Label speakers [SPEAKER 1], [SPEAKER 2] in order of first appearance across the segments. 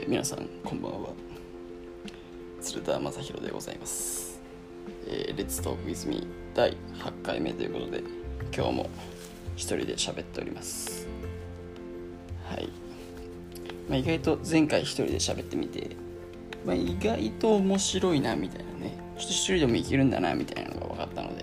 [SPEAKER 1] 皆さんこんばんは。鶴田正宏でございます。Let's Talk with me 第8回目ということで、今日も一人で喋っております。はい。意外と前回一人で喋ってみて、意外と面白いなみたいなね、ちょっと一人でもいけるんだなみたいなのが分かったので、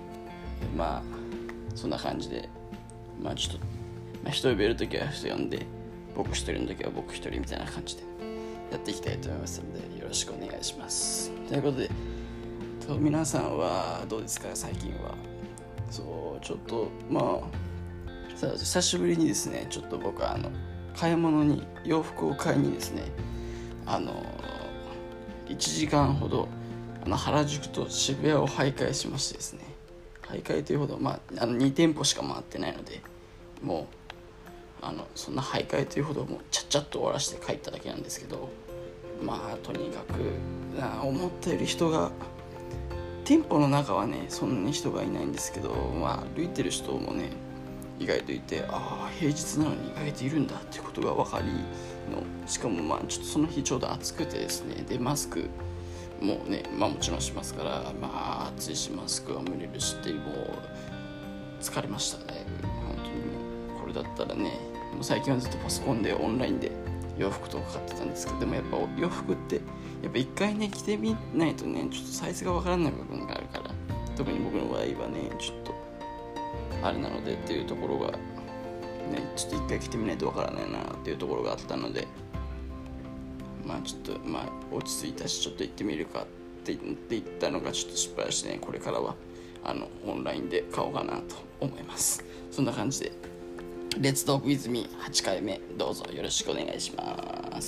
[SPEAKER 1] そんな感じで、ちょっと、人呼べるときは人呼んで、僕一人のときは僕一人みたいな感じでやっていきたいと思いますので、よろしくお願いします。ということで、皆さんはどうですか、最近は。ちょっと久しぶりにですね、ちょっと僕は買い物に洋服を買いにですね、1時間ほど原宿と渋谷を徘徊しましてですね、徘徊というほど2店舗しか回ってないので、もうそんな徘徊というほどもうちゃっちゃっと終わらせて帰っただけなんですけど、とにかく思ったより人が、店舗の中はねそんなに人がいないんですけど、歩いてる人もね意外といて、平日なのに意外といるんだっていうことが分かりの、しかもちょっとその日ちょうど暑くてですね、でマスクもねもちろんしますから、暑いしマスクは蒸れるしって、もう疲れましたね。本当にもうこれだったらね、もう最近はずっとパソコンでオンラインで洋服とか買ってたんですけど、でもやっぱ洋服ってやっぱ一回ね着てみないとね、ちょっとサイズがわからない部分があるから、特に僕の場合はねちょっとあれなのでっていうところがね、ちょっと一回着てみないとわからないなっていうところがあったので、ちょっと落ち着いたし、ちょっと行ってみるかって言ったのがちょっと失敗してね、これからはオンラインで買おうかなと思います。そんな感じでLet's Talk with me 8回目、どうぞよろしくお願いします。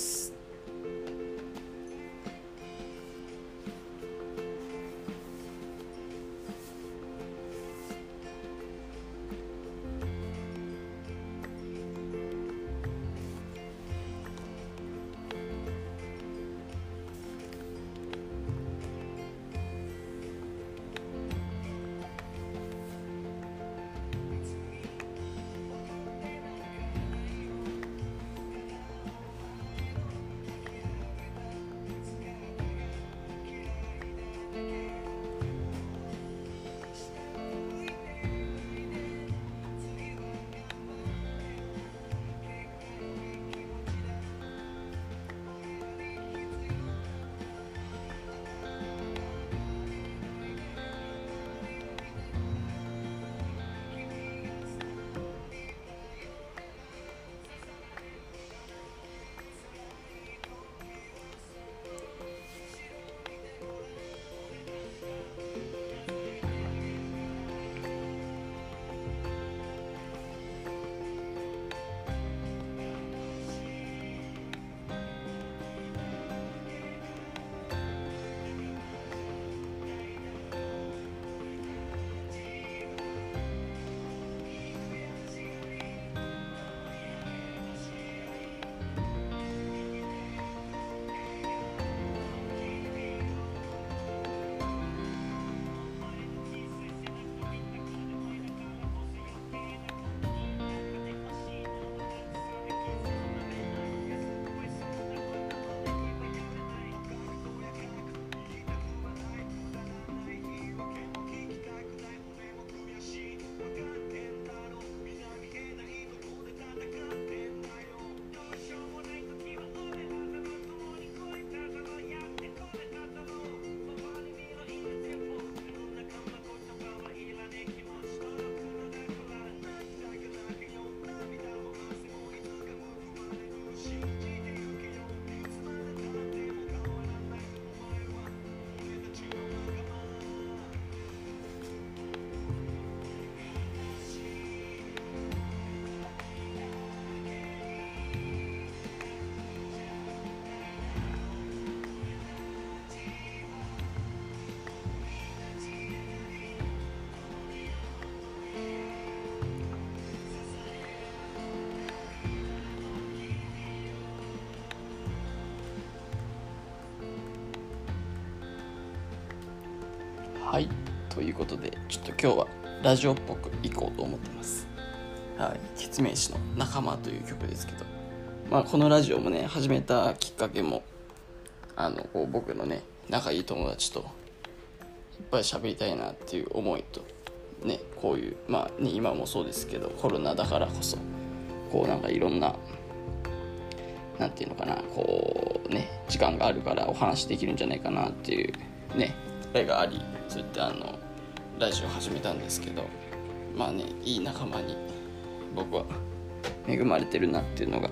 [SPEAKER 1] はい、ということでちょっと今日はラジオっぽくいこうと思ってます。はい、ケツメイシの仲間という曲ですけど、 このラジオもね始めたきっかけもこう僕のね仲いい友達といっぱい喋りたいなっていう思いとね、こういう今もそうですけどコロナだからこそこうなんかいろんななんていうのかなこうね時間があるからお話できるんじゃないかなっていうねあれがあり、そういってラジオ始めたんですけど、いい仲間に僕は恵まれてるなっていうのが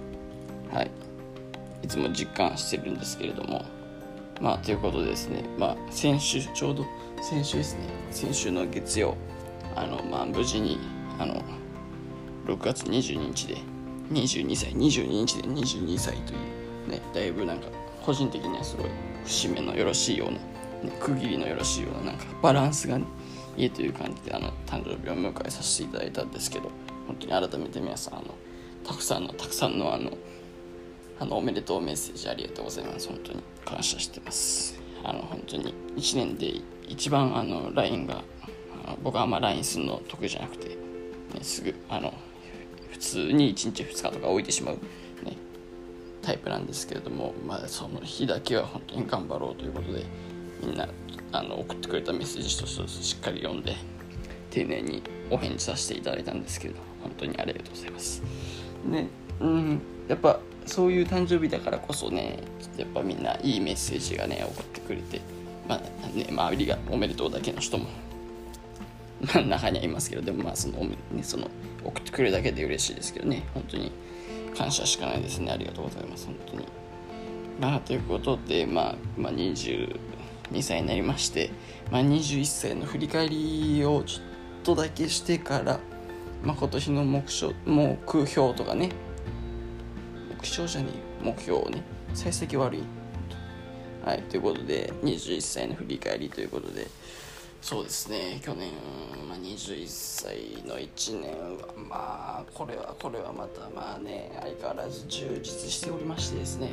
[SPEAKER 1] いつも実感してるんですけれども、ということでですね、ちょうど先週ですね、先週の月曜無事に6月22日で22歳というね、だいぶなんか個人的にはすごい節目のよろしいような、ね、区切りのよろしいようななんかバランスが、ね、いいという感じで誕生日を迎えさせていただいたんですけど、本当に改めて皆さんたくさんのおめでとうメッセージありがとうございます。本当に感謝してます。本当に1年で一番LINE が僕はあんま LINE するの得意じゃなくて、ね、すぐ普通に1日2日とか置いてしまう、ね、タイプなんですけれども、その日だけは本当に頑張ろうということでみんな送ってくれたメッセージ一つ一つしっかり読んで丁寧にお返事させていただいたんですけれど、本当にありがとうございます。ね、やっぱそういう誕生日だからこそね、やっぱみんないいメッセージがね送ってくれて、周りがおめでとうだけの人も中にはいますけど、でもその送ってくれるだけで嬉しいですけどね、本当に感謝しかないですね。ありがとうございます。本当にということで22歳になりまして、21歳の振り返りをちょっとだけしてから、今年の目標とかね、目標をね、幸先悪いということで21歳の振り返りということで、そうですね、去年、21歳の1年はこれはまた相変わらず充実しておりましてですね、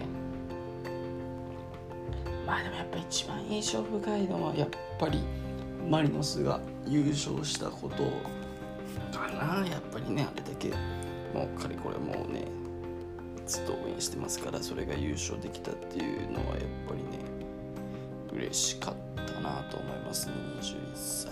[SPEAKER 1] でもやっぱ一番印象深いのはやっぱりマリノスが優勝したことかな。やっぱりね、あれだけもうかれこれもうねずっと応援してますから、それが優勝できたっていうのはやっぱりね嬉しかったなと思いますね。21歳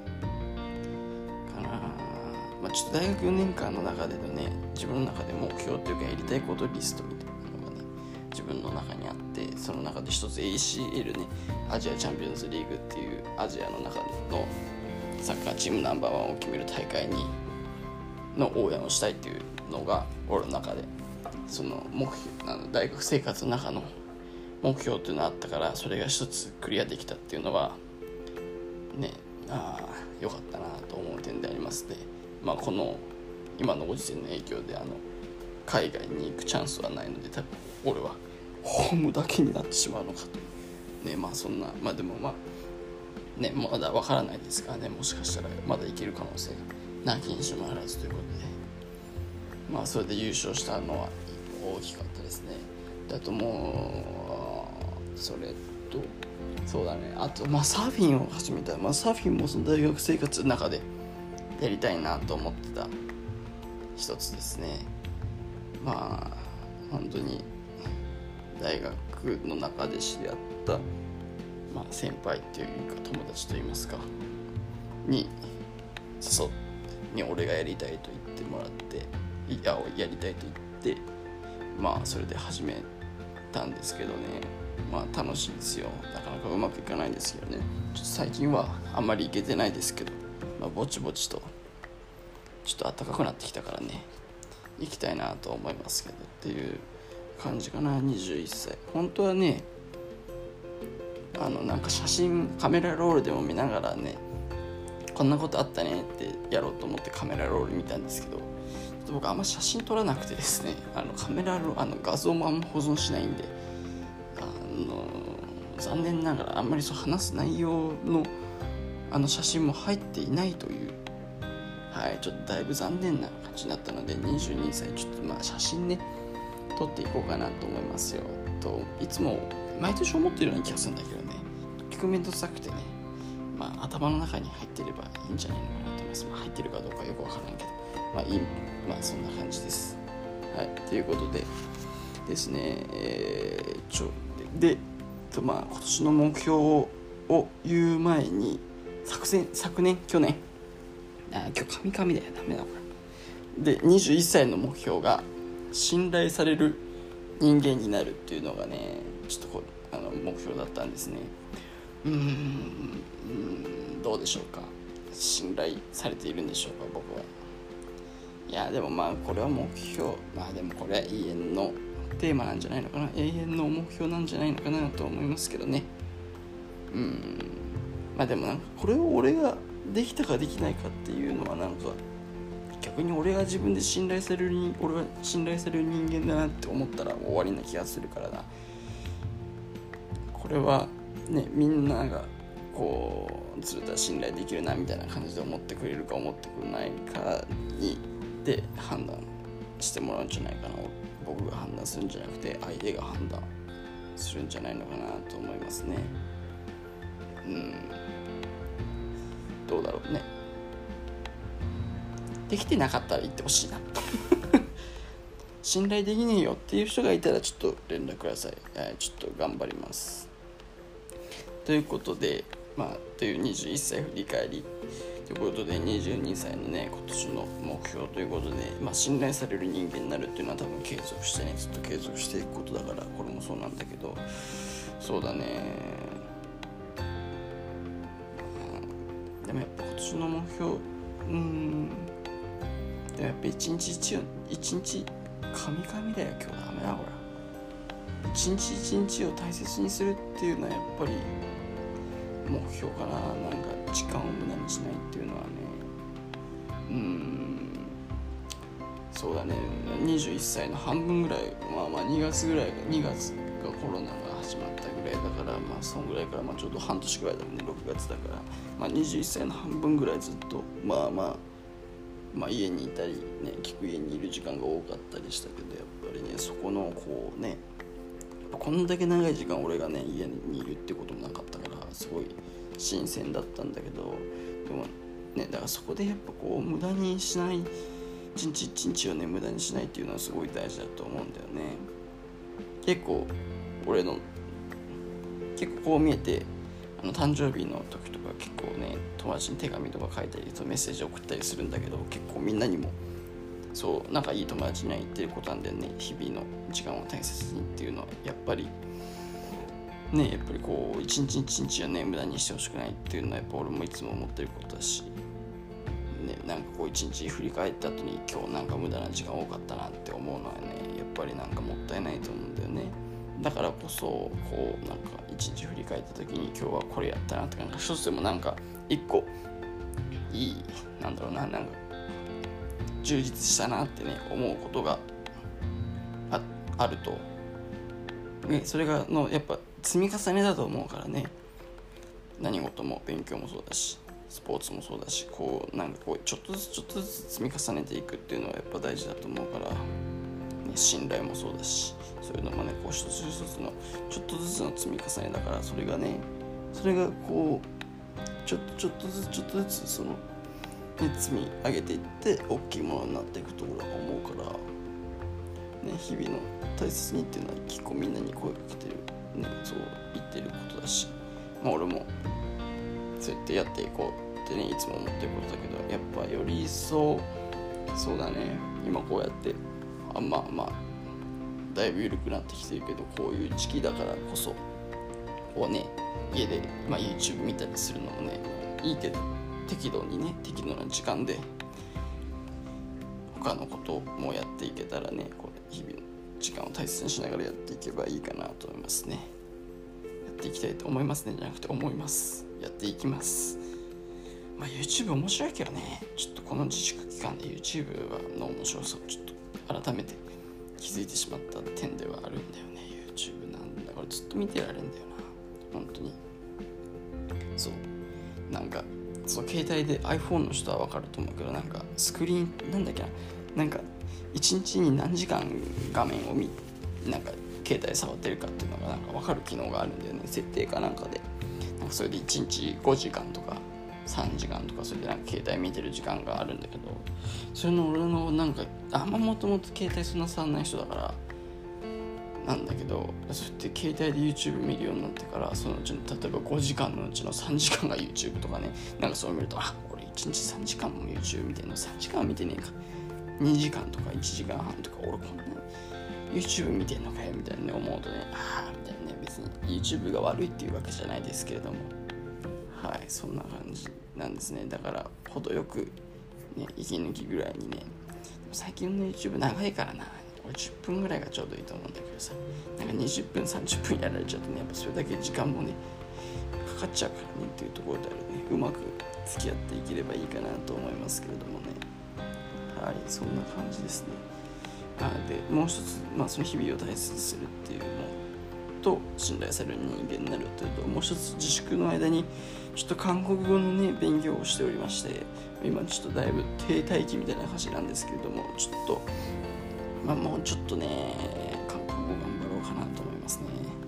[SPEAKER 1] かな。ちょっと大学4年間の中でのね、自分の中で目標というかやりたいことリストみたいなのがね自分の中にあって、その中で一つ ACL ね、アジアチャンピオンズリーグっていうアジアの中のサッカーチームナンバーワンを決める大会の応援をしたいっていうのが俺の中でその目標、大学生活の中の目標っていうのがあったから、それが一つクリアできたっていうのはね、良かったなと思う点でありますね。この今のご時世の影響で海外に行くチャンスはないので、多分俺はホームだけになってしまうのかとね、そんなでもね、まだわからないですからね、もしかしたらまだいける可能性がなきにしもあらずということで、それで優勝したのは大きかったですね。あともうそれとそうだね、あとサーフィンを始めた。サーフィンもその大学生活の中でやりたいなと思ってた一つですね。本当に大学の中で知り合った、先輩っていうか友達といいますかに俺がやりたいと言ってもらって、やりたいと言ってそれで始めたんですけどね、楽しいですよ。なかなかうまくいかないですけどね、ちょっと最近はあんまりいけてないですけど、ぼちぼちとちょっと暖かくなってきたからね行きたいなと思いますけどっていう感じかな。21歳本当はね、なんか写真カメラロールでも見ながらね、こんなことあったねってやろうと思ってカメラロール見たんですけど、僕あんま写真撮らなくてですね、カメラロ画像もあんま保存しないんで、残念ながらあんまり話す内容の写真も入っていないという、ちょっとだいぶ残念な感じになったので、22歳ちょっと写真ね撮っていこうかなと思いますよ。いつも毎年思ってるような気がするんだけどね、結局めんどくさくてね、頭の中に入ってればいいんじゃないのかなと思います。入ってるかどうかよくわからないけど、そんな感じです。 はい、ということでですね、今年の目標を言う前に去年今日神々だよ、ダメだこれで、21歳の目標が信頼される人間になるっていうのがね、ちょっと目標だったんですね。どうでしょうか。信頼されているんでしょうか、僕は。いやでもこれは目標、でもこれは永遠のテーマなんじゃないのかな、永遠の目標なんじゃないのかなと思いますけどね。でもこれを俺ができたかできないかっていうのは逆に俺が自分で俺が信頼される人間だなって思ったら終わりな気がするからな。これはね、みんなが鶴田信頼できるなみたいな感じで思ってくれるか思ってくれないかで判断してもらうんじゃないかな。僕が判断するんじゃなくて相手が判断するんじゃないのかなと思いますね。どうだろうね。できてなかったら言ってほしいな信頼できねえよっていう人がいたらちょっと連絡ください。ちょっと頑張ります。ということでという21歳振り返りということで、22歳のね今年の目標ということで、信頼される人間になるっていうのは多分継続してね、ずっと継続していくことだから、これもそうなんだけど、そうだね。でもやっぱ今年の目標、でもやっぱ一日神々だよ。今日ダメだこれ。一日一日を大切にするっていうのはやっぱり目標かな。時間を無駄にしないっていうのはね、そうだね。21歳の半分ぐらい、2月がコロナが始まったぐらいだから、そんぐらいからちょうど半年ぐらいだもんね。6月だから、21歳の半分ぐらいずっと家にいたりね、聞く家にいる時間が多かったりしたけど、やっぱりね、そこのこんだけ長い時間俺がね家にいるってこともなかったから、すごい新鮮だったんだけど、でもね、だからそこでやっぱ無駄にしない、一日一日をね無駄にしないっていうのはすごい大事だと思うんだよね。結構こう見えて誕生日の時とか結構ね、友達に手紙とか書いたりメッセージ送ったりするんだけど、結構みんなにもそういい友達には言ってることなんだよね。日々の時間を大切にっていうのはやっぱり一日一日はね無駄にしてほしくないっていうのはやっぱ俺もいつも思ってることだしね。一日振り返った後に今日無駄な時間多かったなって思うのはね、やっぱりもったいないと思うんだよね。だからこそ一日振り返った時に今日はこれやったなとか、一つでも一個いい充実したなってね思うことが あるとね、それがやっぱ積み重ねだと思うからね。何事も勉強もそうだしスポーツもそうだし、ちょっとずつ積み重ねていくっていうのはやっぱ大事だと思うから、信頼もそうだし、そういうのもね一つ一つのちょっとずつの積み重ねだから、それがちょっとずつ積み上げていって大きいものになっていくと俺は思うからね。日々の大切にっていうのは結構みんなに声かけてるね、そう言ってることだし、俺もそうやってやっていこうってねいつも思ってることだけど、やっぱより一層そうだね、今こうやってだいぶ緩くなってきてるけど、こういう時期だからこそ家でYouTube 見たりするのもねいいけど、適度な時間で他のこともやっていけたらね、日々の時間を大切にしながらやっていけばいいかなと思いますね。やっていきたいと思いますねじゃなくて思います。やっていきます。YouTube 面白いけどね、ちょっとこの自粛期間で YouTube の面白さをちょっと改めて気づいてしまった点ではあるんだよね。 YouTube これずっと見てられるんだよな、本当に。携帯で iPhone の人は分かると思うけど、スクリーン一日に何時間画面を携帯触ってるかっていうのが分かる機能があるんだよね。設定かでそれで1日5時間とか 3時間とかそれでなんか携帯見てる時間があるんだけど、それの俺のなんかもともと携帯そんな触んない人だからなんだけど、そうやって携帯で YouTube 見るようになってから、そのうちの例えば5時間のうちの3時間が YouTube とかね、なんかそう見ると俺1日3時間も YouTube 見てんの、3時間は見てねえか、2時間とか1時間半とか俺こんな YouTube 見てんのかよみたいな思うとね、みたいなね、別に YouTube が悪いっていうわけじゃないですけれども、はいそんな感じなんですね。だから程よくね息抜きぐらいにね、最近の YouTube 長いからな、俺10分ぐらいがちょうどいいと思うんだけどさ、なんか20分30分やられちゃうとね、やっぱそれだけ時間もねかかっちゃうからねっていうところであるね、うまく付き合っていければいいかなと思いますけれどもね。はいそんな感じですね。でもう一つ、その日々を大切にするっていうのと信頼される人間になるというと、もう一つ自粛の間にちょっと韓国語のね勉強をしておりまして、今ちょっとだいぶ停滞期みたいな感じなんですけれども、ちょっともうちょっとね韓国語頑張ろうかなと思いますね。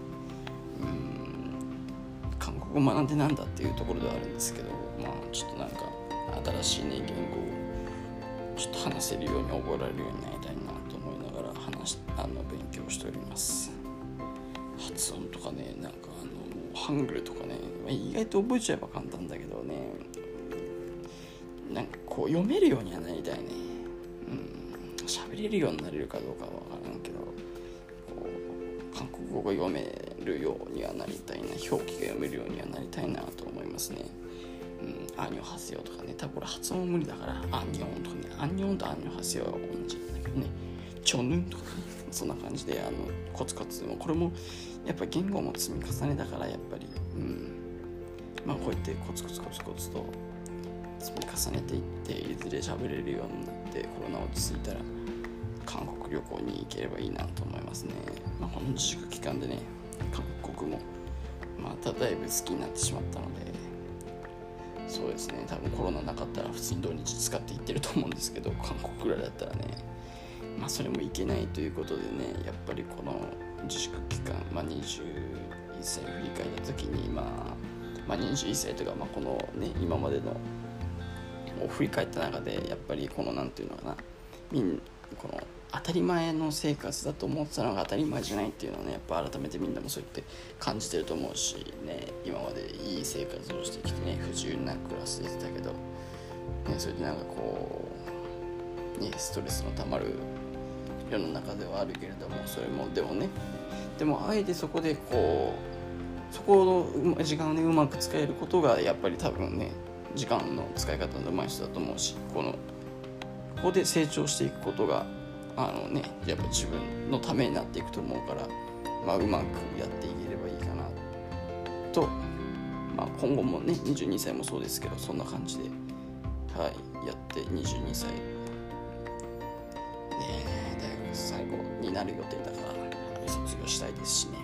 [SPEAKER 1] 韓国語学んでなんだっていうところではあるんですけど、ちょっとなんか新しいね言語をちょっと話せるように覚えられるようになりたいなと思いながら勉強しております。発音とかね、なんかハングルとかね、意外と覚えちゃえば簡単だけどね、なんかこう読めるようにはなりたいね。喋れるようになれるかどうかは分からんけど、こう韓国語が読めるようにはなりたいな、表記が読めるようにはなりたいなと思いますね。アンニョンハセヨとかね、多分これ発音無理だからアンニョンとかね、アンニョンとアンニョンハセヨは同じなんだけどね、チョヌンとかね、そんな感じでコツコツ、これもやっぱ言語も積み重ねだから、やっぱりこうやってコツコツと積み重ねていって、いずれ喋れるようになって、コロナ落ち着いたら韓国旅行に行ければいいなと思いますね。この自粛期間でね、韓国もだいぶ好きになってしまったので、そうですね、多分コロナなかったら普通に土日使って行ってると思うんですけど、韓国くらいだったらね、それもいけないということでね、やっぱりこの自粛期間、21歳振り返った時に21歳というか、このね今までのを振り返った中で、やっぱりこのなんていうのかな、この当たり前の生活だと思ってたのが当たり前じゃないっていうのをね、やっぱ改めてみんなもそう言って感じてると思うしね、今までいい生活をしてきてね、不自由な暮らしてたけど、それでなんかこうストレスのたまる世の中ではあるけれども、それもでもあえてそこでそこの時間をねうまく使えることが、やっぱり多分ね時間の使い方の上手い人だと思うし、ここで成長していくことがやっぱ自分のためになっていくと思うから、うまくやっていければいいかなと、今後もね22歳もそうですけど、そんな感じでやって22歳大学最後になる予定だから、卒業したいですしね。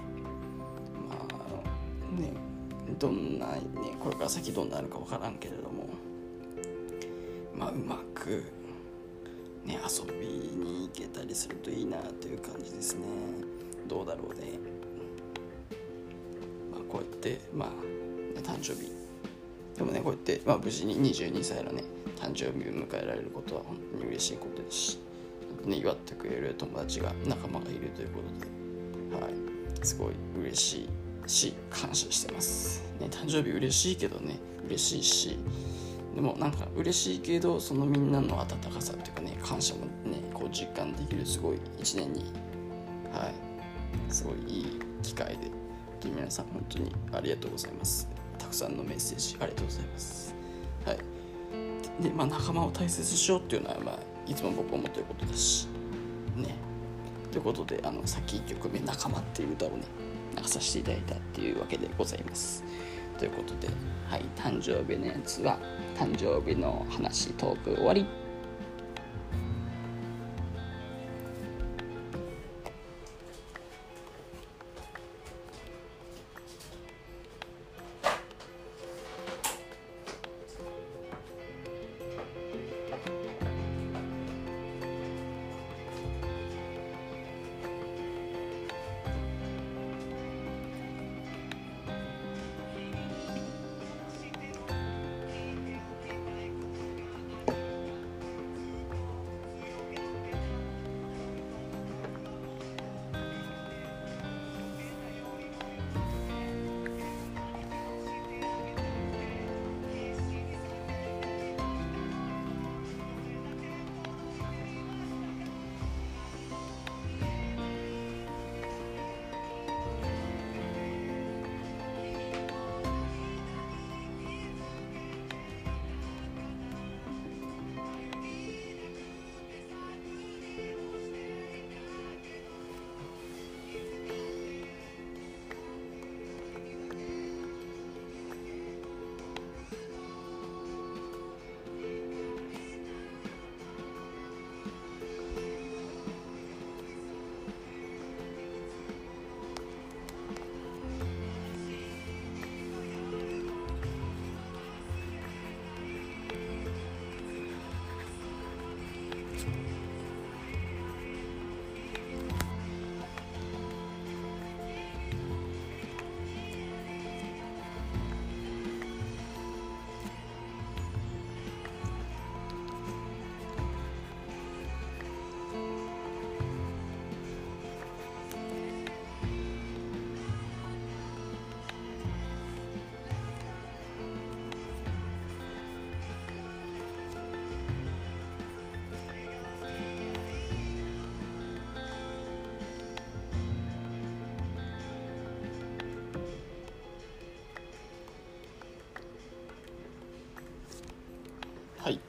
[SPEAKER 1] どんなこれから先どんなのか分からんけれども、うまく遊びに行けたりするといいなという感じですね。どうだろうね。こうやって誕生日でもね、こうやって無事に22歳のね誕生日を迎えられることは本当に嬉しいことですし、祝ってくれる友達が仲間がいるということで、すごい嬉しいし感謝してますね。誕生日嬉しいけどね、嬉しいし、でもなんか嬉しいけど、そのみんなの温かさというかね、感謝もね実感できるすごい1年にすごいいい機会で、皆さん本当にありがとうございます。たくさんのメッセージありがとうございます。で仲間を大切にしようっていうのはいつも僕思っていることだしね。ということでさっき1曲目仲間っていう歌をね流させていただいたっていうわけでございます。ということで、誕生日のやつは誕生日の話トーク終わり。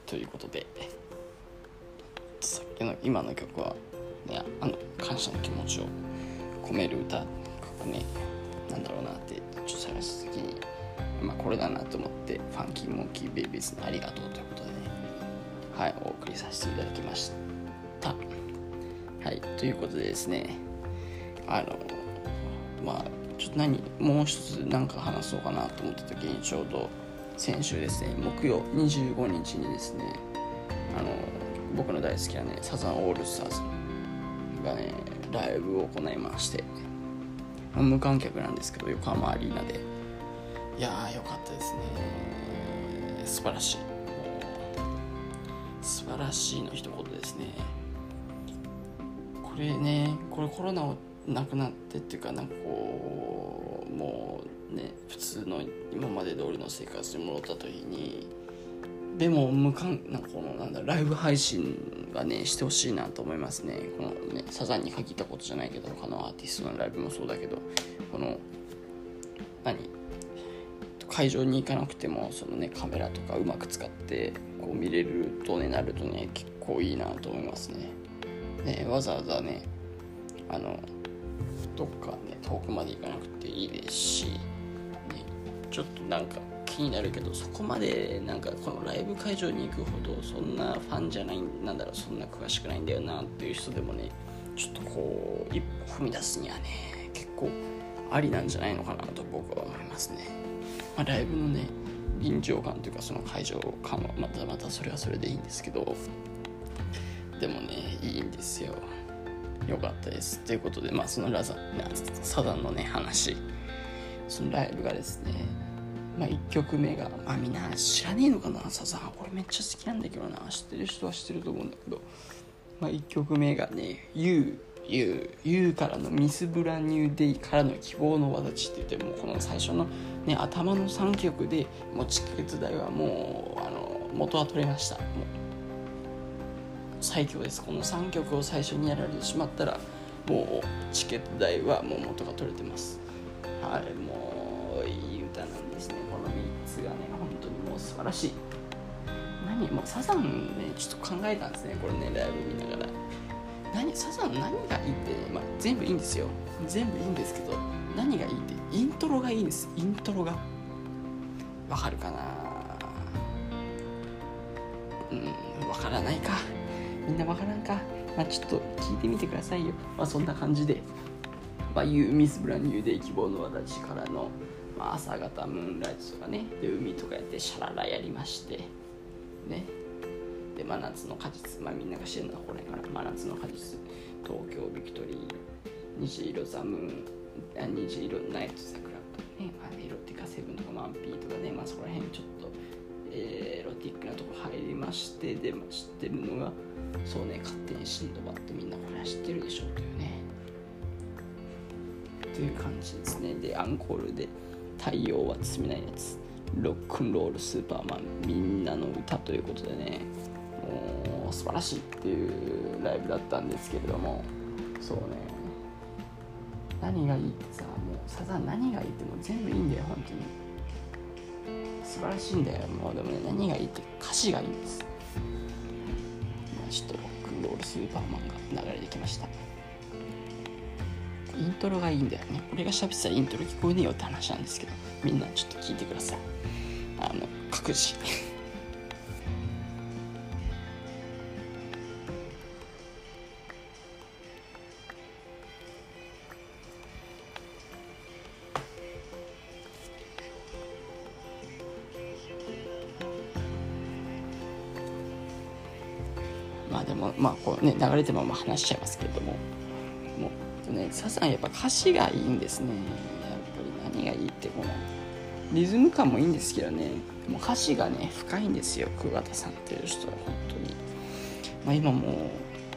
[SPEAKER 1] ということで、さっきの今の曲は、ね、感謝の気持ちを込める歌ね、なんだろうなってちょっと探すときに、これだなと思って、ファンキーモンキーベイビーズのありがとうということでね、はい、お送りさせていただきました。はい、ということでですね、ちょっともう一つ何か話そうかなと思った時に、ちょうど先週ですね、木曜25日にですね、僕の大好きなね、サザンオールスターズがね、ライブを行いまして、無観客なんですけど、横浜アリーナで、いやーよかったですね。素晴らしい、もう素晴らしいの一言ですね。これコロナをなくなってっていうか、もうね、普通の今まで通りの生活に戻った時に、でもライブ配信がねしてほしいなと思いますね。このね、サザンに限ったことじゃないけど、他のアーティストのライブもそうだけど、この会場に行かなくてもそのね、カメラとかうまく使ってこう見れるとね、なるとね、結構いいなと思いますね。わざわざね、どっかね遠くまで行かなくていいですし、ね、ちょっと気になるけど、そこまでこのライブ会場に行くほどそんなファンじゃない、そんな詳しくないんだよなっていう人でもね、ちょっとこう一歩踏み出すにはね、結構ありなんじゃないのかなと僕は思いますね。ライブのね、臨場感というか、その会場感はまたそれはそれでいいんですけど、でもね、いいんですよ。よかったですということで、そのサザンのね話、そのライブがですね、1曲目が、みんな知らねえのかな、サザン俺めっちゃ好きなんだけどな、知ってる人は知ってると思うんだけど、1曲目がね、You からのミスブランニューデイからの希望の輪立ちって言って、もうこの最初のね、頭の3曲でもうチケット代はもう元は取れました。もう最強です。この3曲を最初にやられてしまったら、もうチケット代はもう元が取れてます。はい、もういい歌なんですね。この3つがね、本当にもう素晴らしい。もうサザンね、ちょっと考えたんですね、これね、ライブ見ながら。サザン何がいいって、全部いいんですよ。全部いいんですけど、何がいいって、イントロがいいんです。イントロがわかるかな。わからないか、みんなわからんか。ちょっと聞いてみてくださいよ。そんな感じで、You Miss Brand New Day 希望の輪立ちからの、朝方ムーンライトとかね、で海とかやってシャララやりましてね、で真夏の果実、みんなが知るのはこれから、真夏の果実、東京ビクトリー、虹色ザムーン、虹色ナイト桜とかね、エロティカセブンとかマンピーとかね、そこら辺ちょっとエロティックなとこ入りまして、で、知ってるのがそうね、勝手にシンドバッド、みんなこれは知ってるでしょうというね、という感じですね。でアンコールで太陽は冷めないやつ、ロックンロールスーパーマン、みんなの歌ということでね、もう素晴らしいっていうライブだったんですけれども、そうね、何がいいってさ、もうサザン何がいいってもう全部いいんだよ、本当に素晴らしいんだよ。もうでもね、何がいいって歌詞がいいんです。ちょっとロックンロールスーパーマンが流れてきました。イントロがいいんだよね。俺が喋ってたらイントロ聞こえねえよって話なんですけど、みんなちょっと聞いてください。各自でもこうね、流れても話しちゃいますけれども、もうね、サザンやっぱ歌詞がいいんですね。やっぱり何がいいって、このリズム感もいいんですけどね、もう歌詞がね深いんですよ、久保田さんっていう人は本当に。今も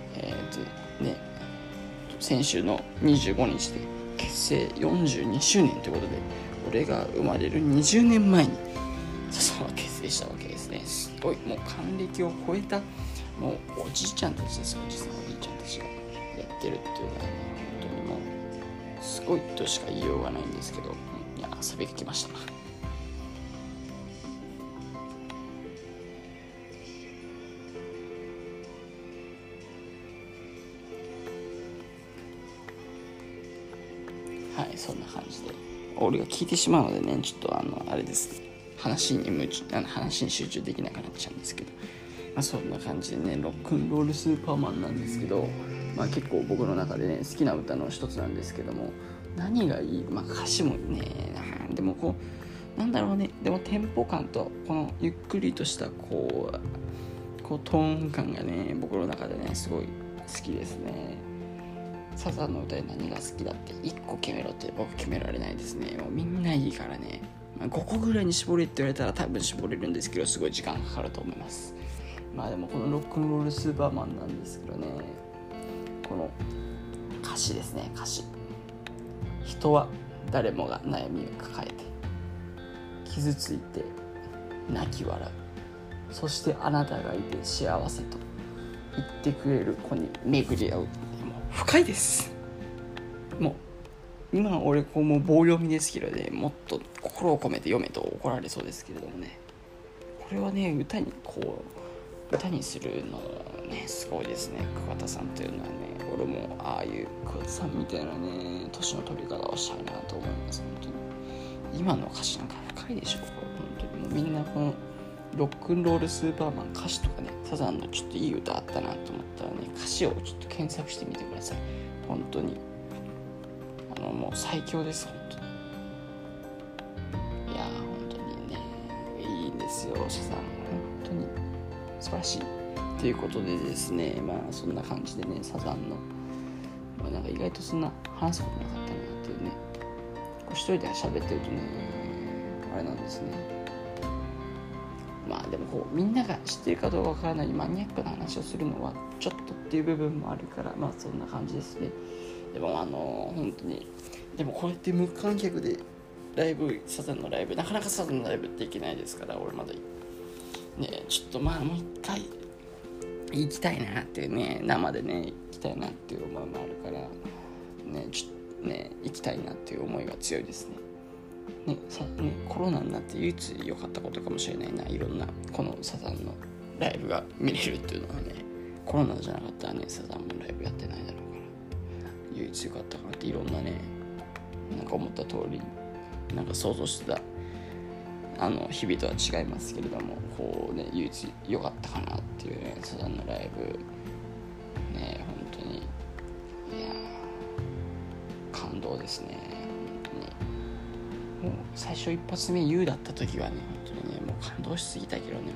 [SPEAKER 1] 先週の25日で結成42周年ということで、俺が生まれる20年前にサザンは結成したわけですね。すごい、もう還暦を超えたもうおじいちゃんたちです。おじさんおじいちゃんたちがやってるっていうのはね、本当にもうすごいとしか言いようがないんですけど、遊びが来ました。 はい、そんな感じで俺が聞いてしまうのでね、ちょっとあれですね、話に集中できなくなっちゃうんですけど、そんな感じでね、ロックンロールスーパーマンなんですけど、結構僕の中でね好きな歌の一つなんですけども、何がいい、歌詞もね、でもこうなんだろうね、でもテンポ感とこのゆっくりとしたこうトーン感がね、僕の中でねすごい好きですね。サザンの歌で何が好きだって1個決めろって僕決められないですね。もうみんないいからね、5個ぐらいに絞れって言われたら多分絞れるんですけど、すごい時間かかると思います。でもこのロックンロールスーパーマンなんですけどね、この歌詞ですね。歌詞、人は誰もが悩みを抱えて傷ついて泣き笑う、そしてあなたがいて幸せと言ってくれる子に巡り合う。もう深いです。もう今俺もう棒読みですけどね、もっと心を込めて読めと怒られそうですけれどもね、これはね歌にするのねすごいですね。桑田さんというのはね、俺もああいう桑田さんみたいなね年の取り方をしたいなと思います。本当に今の歌詞なんか深いでしょ。これ本当にもうみんなこのロックンロールスーパーマン歌詞とかね、サザンのちょっといい歌あったなと思ったらね、歌詞をちょっと検索してみてください。本当にもう最強です。本当にいや本当にねいいんですよ、サザン。本当に素晴らしいということでですね、そんな感じでね、サザンの、なんか意外とそんな話すことなかったなっていうね、一人で喋ってるとねあれなんですね。でもこうみんなが知ってるかどうかわからないマニアックな話をするのはちょっとっていう部分もあるから、そんな感じですね。でも本当にでもこうやって無観客でサザンのライブ、なかなかサザンのライブって行けないですから、俺まだねちょっともう一回行きたいなっていうね、生でね行きたいなっていう思いもあるからね、ちょっとね行きたいなっていう思いが強いですね。コロナになって唯一良かったことかもしれないな。いろんなこのサザンのライブが見れるっていうのはね、コロナじゃなかったらねサザンもライブやってないだろうから、唯一良かったかなっていろんなね、なんか思った通りなんか想像してた日々とは違いますけれども、こうね唯一良かったかなっていうね、サザンのライブね、本当にいや感動ですね。もう最初一発目 YOU だった時はね本当にねもう感動しすぎたけどね、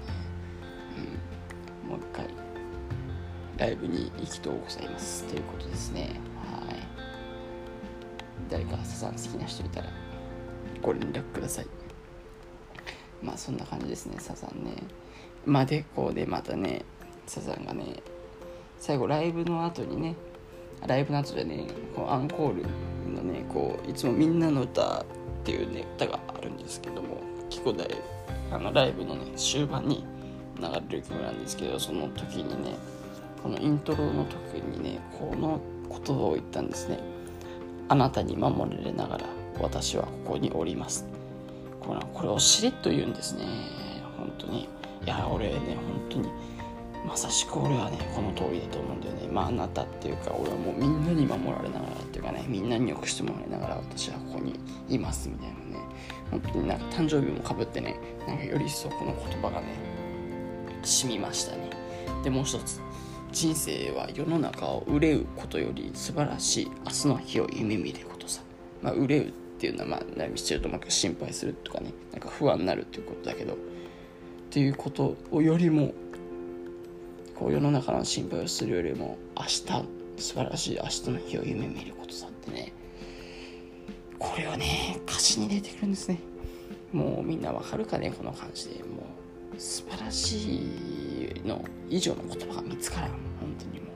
[SPEAKER 1] もう一回ライブに行きとうございますということですね。はい、誰かサザン好きな人いたらご連絡ください。そんな感じですね、サザンね。でこうでまたねサザンがね最後ライブの後でねこうアンコールのねこういつもみんなの歌っていうね歌があるんですけども、結構ライブのね終盤に流れる曲なんですけど、その時にねこのイントロの時にねこの言葉を言ったんですね。あなたに守られながら私はここにおります。これをしれっと言うんですね。本当にいや俺ね本当にまさしく俺はねこの通りだと思うんだよね。あなたっていうか俺はもうみんなに守られながらっていうかね、みんなによくしてもらいながら私はここにいますみたいなね、本当になんか誕生日もかぶってね、なんかより一層この言葉がね染みましたね。でもう一つ、人生は世の中を憂うことより素晴らしい明日の日を夢見ることさ。憂うっていうのはしてると心配するとかね、なんか不安になるっていうことだけど、っていうことをよりもこう世の中の心配をするよりも素晴らしい明日の日を夢見ることさってね、これはね歌詞に出てくるんですね。もうみんなわかるかね、この感じで。もう素晴らしいの以上の言葉が見つからん。本当にも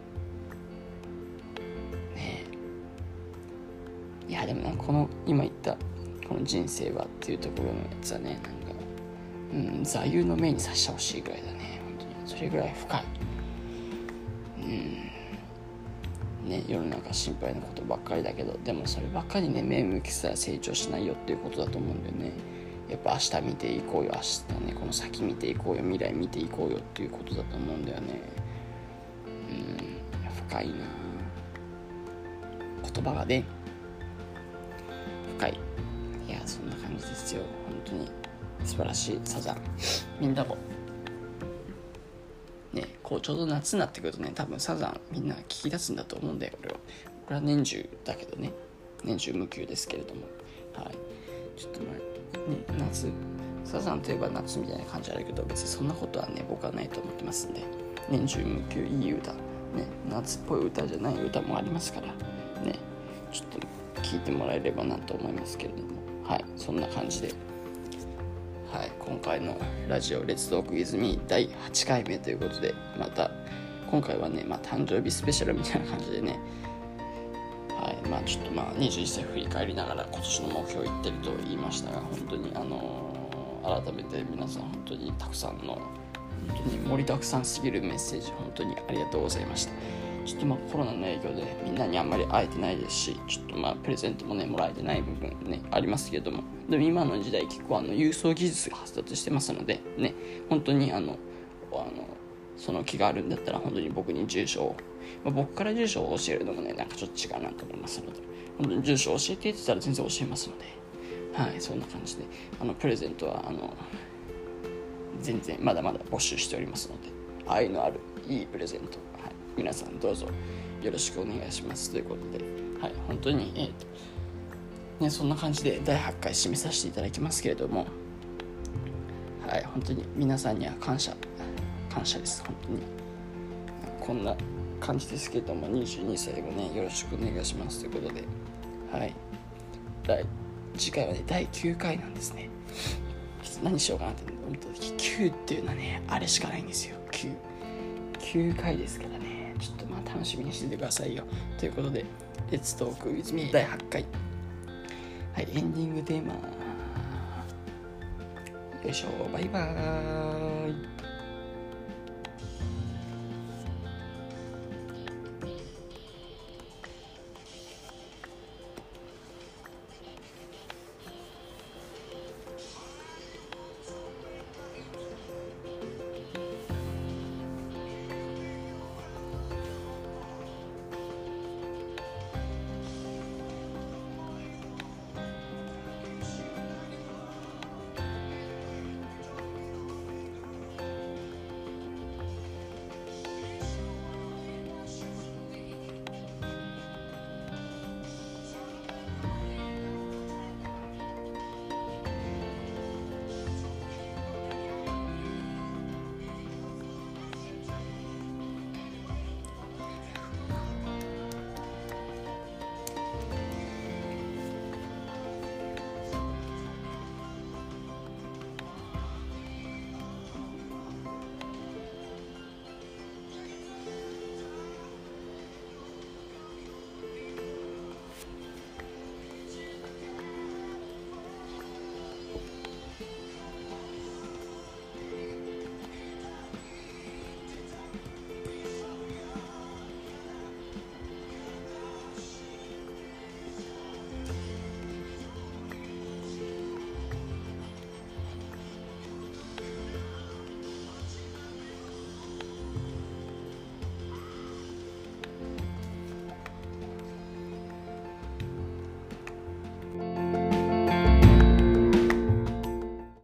[SPEAKER 1] うねいやでもこの今言ったこの人生はっていうところのやつはね、座右の銘にさしてほしいぐらいだね。本当にそれぐらい深い。世の中心配なことばっかりだけど、でもそればっかりね目向きさ成長しないよっていうことだと思うんだよね。やっぱ明日見ていこうよ、明日ねこの先見ていこうよ、未来見ていこうよっていうことだと思うんだよね。深いな言葉がね。 回、いやそんな感じですよ。本当に素晴らしいサザン。みんなもね、こうちょうど夏になってくるとね、多分サザンみんな聞き出すんだと思うんだよ。これは年中だけどね、年中無休ですけれども、はい、ちょっと夏、サザンといえば夏みたいな感じあるけど、別にそんなことはね僕はないと思ってますんで、年中無休いい歌ね、夏っぽい歌じゃない歌もありますからね、ちょっと聞いてもらえればなと思いますけれども、はい、そんな感じで、はい、今回のラジオレッツトークウィズミー第8回目ということで、また今回はね、誕生日スペシャルみたいな感じでね、はい、ちょっと21歳振り返りながら今年の目標言ってると言いましたが、本当に改めて皆さん本当にたくさんの本当に盛りだくさんすぎるメッセージ本当にありがとうございました。ちょっとコロナの影響でみんなにあんまり会えてないですし、ちょっとプレゼントもねもらえてない部分ねありますけれども、でも今の時代結構郵送技術が発達してますのでね、本当にその気があるんだったら本当に僕に住所を、僕から住所を教えるのもねなんかちょっと違うなと思いますので、本当に住所を教えてって言ったら全然教えますので、はい、そんな感じでプレゼントは全然まだまだ募集しておりますので、愛のあるいいプレゼント、はい、皆さんどうぞよろしくお願いしますということで、はい、本当にそんな感じで第8回締めさせていただきますけれども、はい、本当に皆さんには感謝です。本当にこんな感じですけれども、22歳をねよろしくお願いしますということで、はい、次回はね第9回なんですね。何しようかなって思った時、9っていうのはねあれしかないんですよ。9回ですからね、ちょっと楽しみにしててくださいよということで、レッツトークウィズミー第8回、はい、エンディングテーマ、よいしょ、バイバーイ。